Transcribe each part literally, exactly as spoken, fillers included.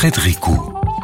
Frédéric Coux.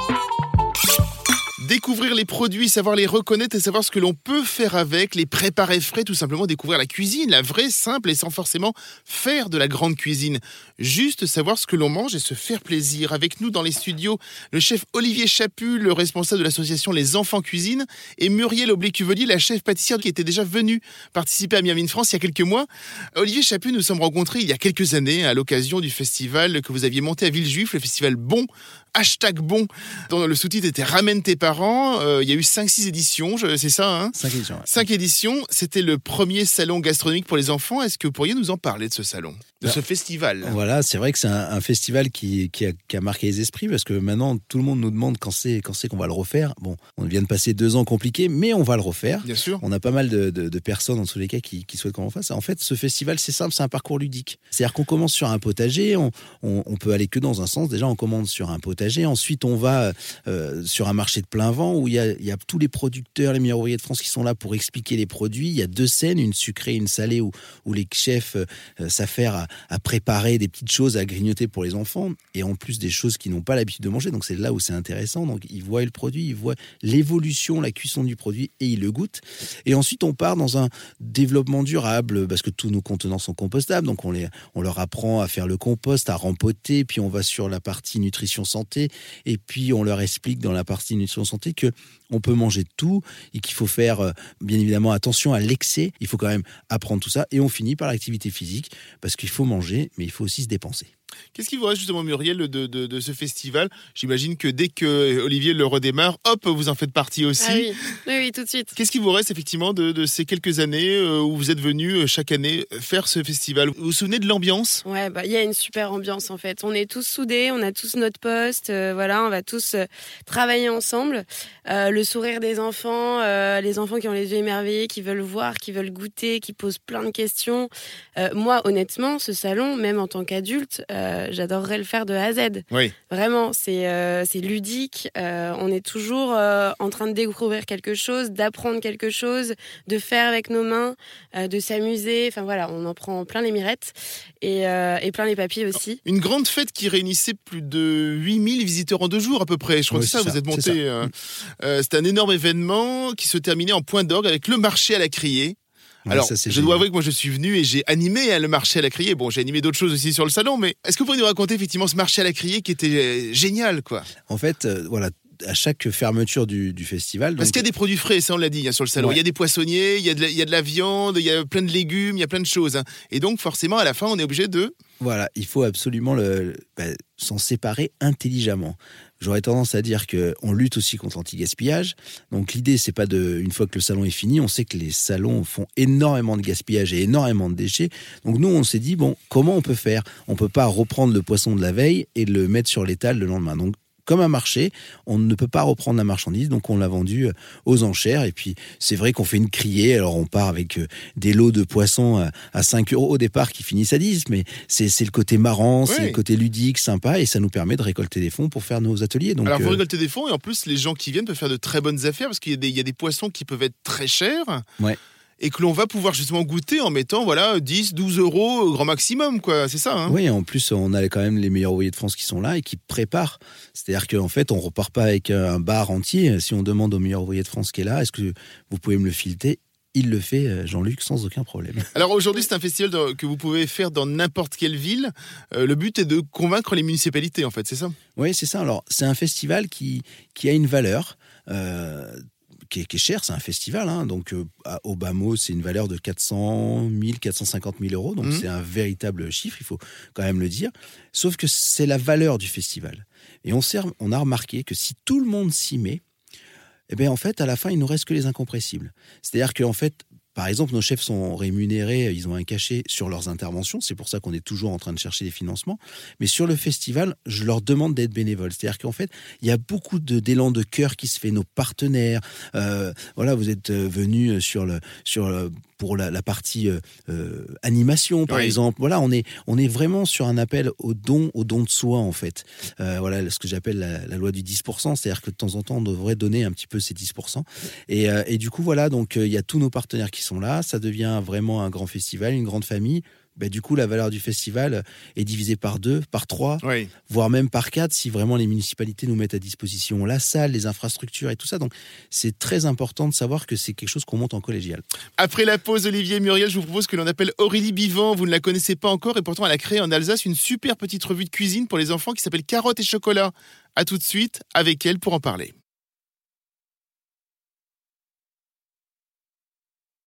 Découvrir les produits, savoir les reconnaître et savoir ce que l'on peut faire avec, les préparer frais, tout simplement découvrir la cuisine, la vraie, simple et sans forcément faire de la grande cuisine. Juste savoir ce que l'on mange et se faire plaisir. Avec nous dans les studios, le chef Olivier Chaput, le responsable de l'association Les Enfants Cuisine, et Muriel Aublet-Cuvelier, la chef pâtissière qui était déjà venue participer à Miam in France il y a quelques mois. Olivier Chaput, nous sommes rencontrés il y a quelques années à l'occasion du festival que vous aviez monté à Villejuif, le festival Bon, hashtag Bon, dont le sous-titre était Ramène tes parents. Euh, il y a eu cinq six éditions, je, c'est ça hein cinq éditions. Ouais. cinq éditions, c'était le premier salon gastronomique pour les enfants. Est-ce que vous pourriez nous en parler de ce salon, de bah, ce festival? Voilà, c'est vrai que c'est un, un festival qui, qui, a, qui a marqué les esprits parce que maintenant tout le monde nous demande quand c'est, quand c'est qu'on va le refaire. Bon, on vient de passer deux ans compliqués, mais on va le refaire. Bien sûr. On a pas mal de, de, de personnes, en tous les cas, qui, qui souhaitent qu'on le fasse. En fait, ce festival, c'est simple, c'est un parcours ludique. C'est-à-dire qu'on commence sur un potager, on, on, on peut aller que dans un sens. Déjà, on commence sur un potager, ensuite on va euh, sur un marché de plein vent où il y a, il y a tous les producteurs, les meilleurs ouvriers de France qui sont là pour expliquer les produits. Il y a deux scènes, une sucrée, une salée, où, où les chefs euh, s'affairent à, à préparer des petites choses à grignoter pour les enfants, et en plus des choses qu'ils n'ont pas l'habitude de manger. Donc c'est là où c'est intéressant. Donc ils voient le produit, ils voient l'évolution, la cuisson du produit, et ils le goûtent. Et ensuite on part dans un développement durable parce que tous nos contenants sont compostables. Donc on, les, on leur apprend à faire le compost, à rempoter, puis on va sur la partie nutrition santé, et puis on leur explique dans la partie nutrition santé que on peut manger de tout et qu'il faut faire euh, bien évidemment attention à l'excès. Il faut quand même apprendre tout ça, et on finit par l'activité physique parce qu'il faut manger, mais il faut aussi se dépenser. Qu'est-ce qui vous reste justement, Muriel, de, de, de ce festival? J'imagine que dès que Olivier le redémarre, hop, vous en faites partie aussi. Ah oui, oui, oui, tout de suite. Qu'est-ce qui vous reste effectivement de, de ces quelques années où vous êtes venus chaque année faire ce festival? Vous vous souvenez de l'ambiance? Ouais, bah il y a une super ambiance en fait. On est tous soudés, on a tous notre poste, euh, voilà, on va tous euh, travailler ensemble. Euh, le sourire des enfants, euh, les enfants qui ont les yeux émerveillés, qui veulent voir, qui veulent goûter, qui posent plein de questions. Euh, moi, honnêtement, ce salon, même en tant qu'adulte, euh, j'adorerais le faire de A à Z. Oui. Vraiment, c'est euh, c'est ludique. Euh, on est toujours euh, en train de découvrir quelque chose, d'apprendre quelque chose, de faire avec nos mains, euh, de s'amuser. Enfin voilà, on en prend plein les mirettes et, euh, et plein les papiers aussi. Une grande fête qui réunissait plus de huit mille visiteurs en deux jours à peu près. Je crois Oui, que c'est ça, ça, vous êtes c'est monté. Euh, euh, c'était un énorme événement qui se terminait en point d'orgue avec le marché à la criée. Ouais, Alors, ça, c'est je génial. dois avouer que moi je suis venu et j'ai animé hein, le marché à la criée. Bon, j'ai animé d'autres choses aussi sur le salon, mais est-ce que vous pourriez nous raconter effectivement ce marché à la criée qui était euh, génial, quoi? En fait, euh, voilà, à chaque fermeture du, du festival. Parce donc, qu'il y a des produits frais, ça on l'a dit hein, sur le salon. Ouais. Il y a des poissonniers, il y a, de la, il y a de la viande, il y a plein de légumes, il y a plein de choses. Hein. Et donc forcément, à la fin, on est obligé de... Voilà, il faut absolument le, le, bah, s'en séparer intelligemment. J'aurais tendance à dire qu'on lutte aussi contre l'anti-gaspillage. Donc l'idée, c'est pas de, une fois que le salon est fini, on sait que les salons font énormément de gaspillage et énormément de déchets. Donc nous, on s'est dit, bon, comment on peut faire? On peut pas reprendre le poisson de la veille et le mettre sur l'étal le lendemain. Donc, comme un marché, on ne peut pas reprendre la marchandise, donc on l'a vendu aux enchères. Et puis, c'est vrai qu'on fait une criée. Alors, on part avec des lots de poissons à cinq euros au départ qui finissent à dix, mais c'est, c'est le côté marrant, Oui. c'est le côté ludique, sympa, et ça nous permet de récolter des fonds pour faire nos ateliers. Donc, Alors vous euh, récoltez des fonds et en plus, les gens qui viennent peuvent faire de très bonnes affaires parce qu'il y a des, il y a des poissons qui peuvent être très chers. Ouais. Et que l'on va pouvoir justement goûter en mettant voilà, dix, douze euros au grand maximum, quoi. C'est ça, hein? Oui, en plus, on a quand même les meilleurs ouvriers de France qui sont là et qui préparent. C'est-à-dire qu'en fait, on repart pas avec un bar entier. Si on demande au meilleur ouvrier de France qui est là, est-ce que vous pouvez me le fileter? Il le fait, Jean-Luc, sans aucun problème. Alors aujourd'hui, c'est un festival de- que vous pouvez faire dans n'importe quelle ville. Euh, le but est de convaincre les municipalités, en fait, c'est ça? Oui, c'est ça. Alors, c'est un festival qui, qui a une valeur euh, qui, est, qui est cher. C'est un festival. Hein. Donc, euh, à- au bas mot, c'est une valeur de quatre cent mille, quatre cent cinquante mille euros. Donc, Mhm. c'est un véritable chiffre, il faut quand même le dire. Sauf que c'est la valeur du festival. Et on, s'est- on a remarqué que si tout le monde s'y met, eh bien, en fait, à la fin, il nous reste que les incompressibles. C'est-à-dire qu'en fait, par exemple, nos chefs sont rémunérés, ils ont un cachet sur leurs interventions. C'est pour ça qu'on est toujours en train de chercher des financements. Mais sur le festival, je leur demande d'être bénévoles. C'est-à-dire qu'en fait, il y a beaucoup de, d'élan de cœur qui se fait. Nos partenaires, euh, voilà, vous êtes venus sur le, sur le, pour la, la partie euh, euh, animation, par Oui. exemple. Voilà, on est, on est vraiment sur un appel au don, au don de soi, en fait. Euh, voilà, ce que j'appelle la, la loi du dix pour cent. C'est-à-dire que de temps en temps, on devrait donner un petit peu ces dix pour cent. Et, euh, et du coup, voilà, donc il euh, y a tous nos partenaires qui sont là. Ça devient vraiment un grand festival, une grande famille. bah, du coup, la valeur du festival est divisée par deux, par trois, Oui. voire même par quatre, si vraiment les municipalités nous mettent à disposition la salle, les infrastructures et tout ça. Donc, c'est très important de savoir que c'est quelque chose qu'on monte en collégial. Après la pause, Olivier et Muriel, je vous propose que l'on appelle Aurélie Bivant. Vous ne la connaissez pas encore et pourtant elle a créé en Alsace une super petite revue de cuisine pour les enfants qui s'appelle Carottes et chocolat. À tout de suite avec elle pour en parler.